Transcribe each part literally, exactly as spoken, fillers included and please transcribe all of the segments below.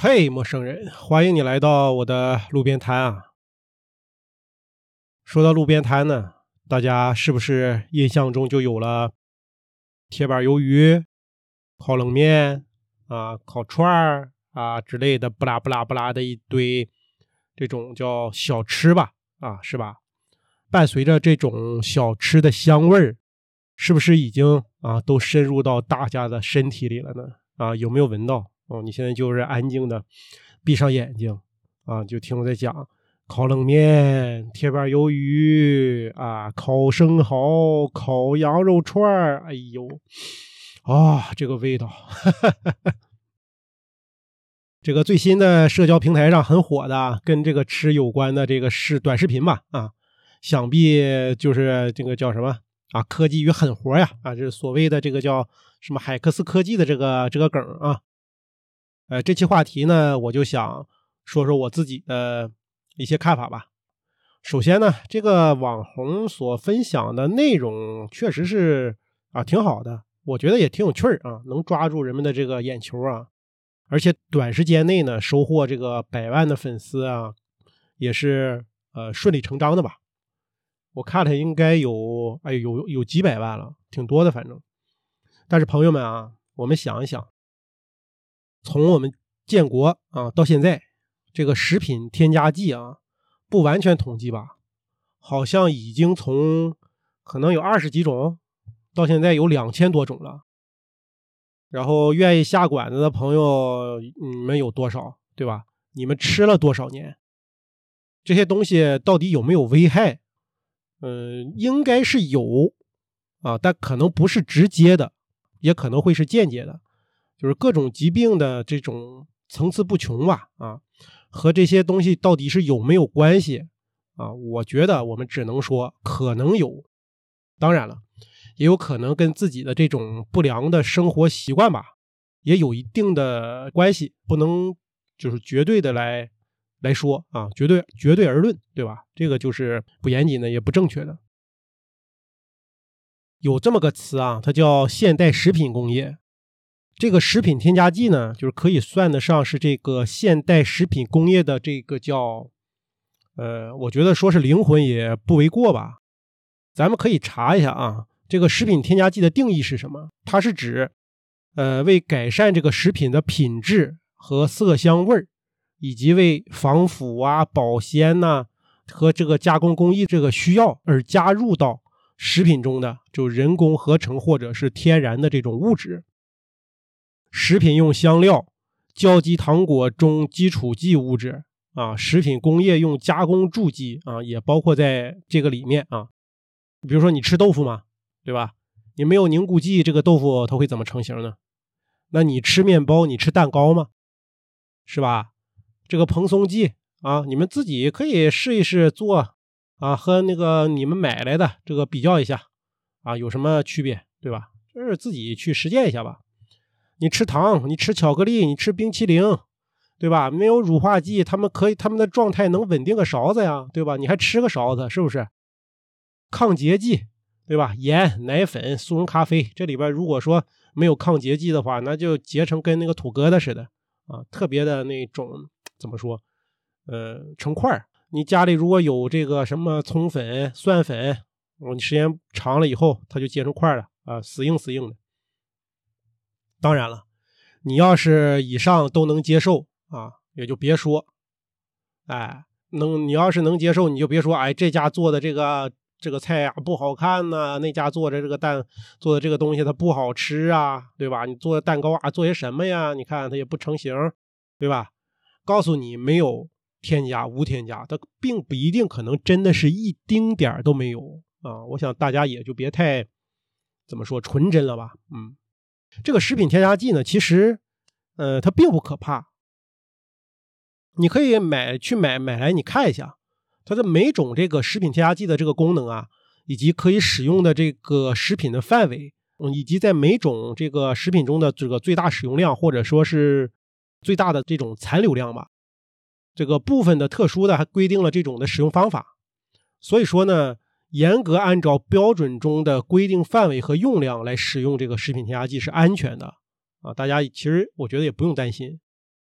嘿，陌生人，欢迎你来到我的路边摊啊！说到路边摊呢，大家是不是印象中就有了铁板鱿鱼、烤冷面啊、烤串儿啊之类的，不拉不拉不拉的一堆这种叫小吃吧？啊，是吧？伴随着这种小吃的香味儿，是不是已经啊都深入到大家的身体里了呢？啊，有没有闻到？哦，你现在就是安静的闭上眼睛啊，就听我在讲烤冷面、铁板鱿鱼啊、烤生蚝、烤羊肉串儿，哎呦，啊，这个味道，这个最新的社交平台上很火的，跟这个吃有关的这个是短视频吧？啊，想必就是这个叫什么啊？科技与狠活呀！啊，这是所谓的这个叫什么海克斯科技的这个这个梗啊。呃，这期话题呢，我就想说说我自己的一些看法吧。首先呢，这个网红所分享的内容确实是啊挺好的，我觉得也挺有趣儿啊，能抓住人们的这个眼球啊，而且短时间内呢收获这个百万的粉丝啊，也是呃顺理成章的吧。我看了应该有哎有有几百万了，挺多的反正。但是朋友们啊，我们想一想。从我们建国啊到现在，这个食品添加剂啊，不完全统计吧，好像已经从可能有二十几种，到现在有两千多种了。然后愿意下馆子的朋友，你们有多少，对吧？你们吃了多少年？这些东西到底有没有危害？嗯、呃，应该是有啊，但可能不是直接的，也可能会是间接的。就是各种疾病的这种层次不穷吧，啊，和这些东西到底是有没有关系啊？我觉得我们只能说可能有，当然了，也有可能跟自己的这种不良的生活习惯吧，也有一定的关系，不能就是绝对的来来说啊，绝对绝对而论，对吧？这个就是不严谨的，也不正确的。有这么个词啊，它叫现代食品工业。这个食品添加剂呢，就是可以算得上是这个现代食品工业的这个叫，呃，我觉得说是灵魂也不为过吧。咱们可以查一下啊，这个食品添加剂的定义是什么？它是指，呃，为改善这个食品的品质和色香味儿，以及为防腐啊、保鲜呐、啊、和这个加工工艺这个需要而加入到食品中的，就人工合成或者是天然的这种物质。食品用香料、胶基糖果中基础剂物质啊，食品工业用加工助剂啊，也包括在这个里面啊。比如说你吃豆腐嘛，对吧？你没有凝固剂，这个豆腐它会怎么成型呢？那你吃面包，你吃蛋糕吗？是吧？这个蓬松剂啊，你们自己可以试一试做啊，和那个你们买来的这个比较一下啊，有什么区别，对吧？就是自己去实践一下吧。你吃糖，你吃巧克力，你吃冰淇淋，对吧？没有乳化剂，他们可以他们的状态能稳定个勺子呀，对吧？你还吃个勺子，是不是？抗结剂，对吧？盐、奶粉、速溶咖啡，这里边如果说没有抗结剂的话，那就结成跟那个土疙瘩似的啊，特别的那种怎么说？呃，成块。你家里如果有这个什么葱粉、蒜粉，你时间长了以后，它就结成块了啊，死硬死硬的。当然了，你要是以上都能接受啊，也就别说，哎，能你要是能接受，你就别说，哎，这家做的这个这个菜啊不好看呐、啊，那家做的这个蛋做的这个东西它不好吃啊，对吧？你做的蛋糕啊，做些什么呀？你看它也不成型，对吧？告诉你没有添加无添加，它并不一定可能真的是一丁点儿都没有啊。我想大家也就别太怎么说纯真了吧，嗯。这个食品添加剂呢，其实，呃，它并不可怕。你可以买去买买来，你看一下它的每种这个食品添加剂的这个功能啊，以及可以使用的这个食品的范围，嗯，以及在每种这个食品中的这个最大使用量，或者说是最大的这种残留量吧。这个部分的特殊的还规定了这种的使用方法。所以说呢，严格按照标准中的规定范围和用量来使用这个食品添加剂是安全的啊，大家其实我觉得也不用担心。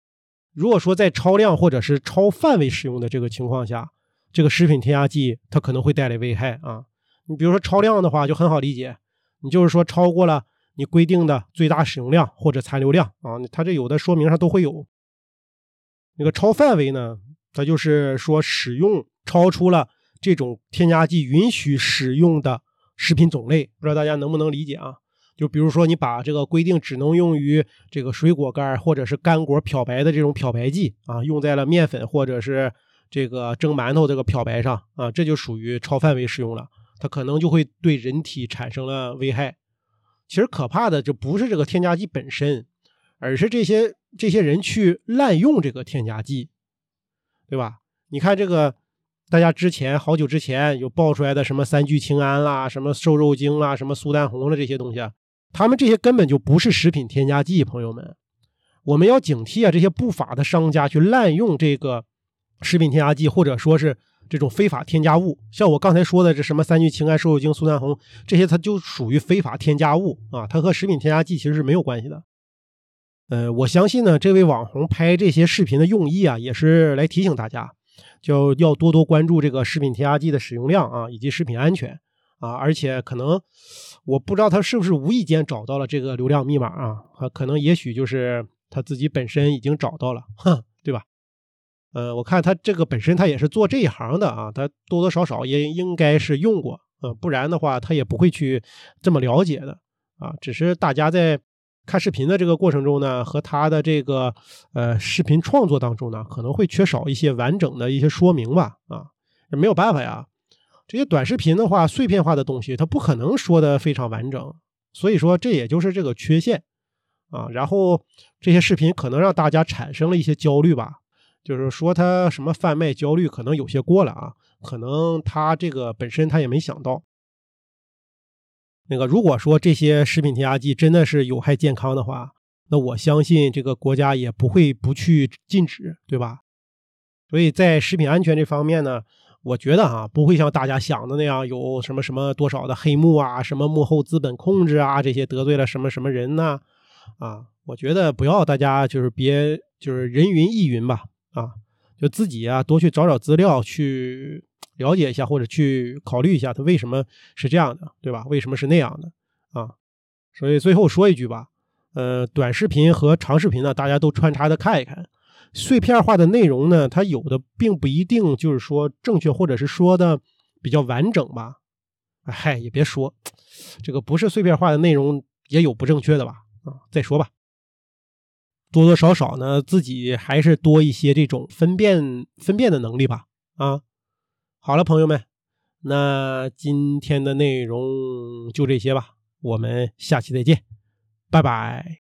如果说在超量或者是超范围使用的这个情况下，这个食品添加剂它可能会带来危害啊。你比如说超量的话就很好理解，你就是说超过了你规定的最大使用量或者残留量啊，它这有的说明上都会有。那个超范围呢，它就是说使用超出了这种添加剂允许使用的食品种类，不知道大家能不能理解啊？就比如说你把这个规定只能用于这个水果干或者是干果漂白的这种漂白剂啊，用在了面粉或者是这个蒸馒头这个漂白上啊，这就属于超范围使用了，它可能就会对人体产生了危害。其实可怕的就不是这个添加剂本身，而是这些这些人去滥用这个添加剂，对吧？你看这个大家之前好久之前有爆出来的什么三聚氰胺啦，什么瘦肉精啦，什么苏丹红的这些东西啊，他们这些根本就不是食品添加剂，朋友们，我们要警惕啊，这些不法的商家去滥用这个食品添加剂，或者说是这种非法添加物。像我刚才说的这什么三聚氰胺、瘦肉精、苏丹红，这些它就属于非法添加物啊，它和食品添加剂其实是没有关系的。呃，我相信呢，这位网红拍这些视频的用意啊，也是来提醒大家，就要多多关注这个食品添加剂的使用量啊，以及食品安全啊。而且可能我不知道他是不是无意间找到了这个流量密码啊，可能也许就是他自己本身已经找到了，哼，对吧？呃，我看他这个本身他也是做这一行的啊，他多多少少也应该是用过，呃，不然的话他也不会去这么了解的啊。只是大家在看视频的这个过程中呢，和他的这个呃视频创作当中呢，可能会缺少一些完整的一些说明吧，啊，没有办法呀。这些短视频的话，碎片化的东西，它不可能说的非常完整，所以说这也就是这个缺陷啊。然后这些视频可能让大家产生了一些焦虑吧。就是说他什么贩卖焦虑可能有些过了啊，可能他这个本身他也没想到。那个如果说这些食品添加剂真的是有害健康的话，那我相信这个国家也不会不去禁止，对吧？所以在食品安全这方面呢，我觉得啊，不会像大家想的那样有什么什么多少的黑幕啊，什么幕后资本控制啊，这些得罪了什么什么人呢？啊，我觉得不要大家就是别就是人云亦云吧。啊，就自己啊多去找找资料，去了解一下，或者去考虑一下它为什么是这样的，对吧？为什么是那样的啊？所以最后说一句吧，呃，短视频和长视频呢，大家都穿插的看一看。碎片化的内容呢，它有的并不一定就是说正确，或者是说的比较完整吧。嗨，也别说这个不是碎片化的内容也有不正确的吧？啊，再说吧。多多少少呢，自己还是多一些这种分辨分辨的能力吧。啊，好了，朋友们，那今天的内容就这些吧，我们下期再见，拜拜。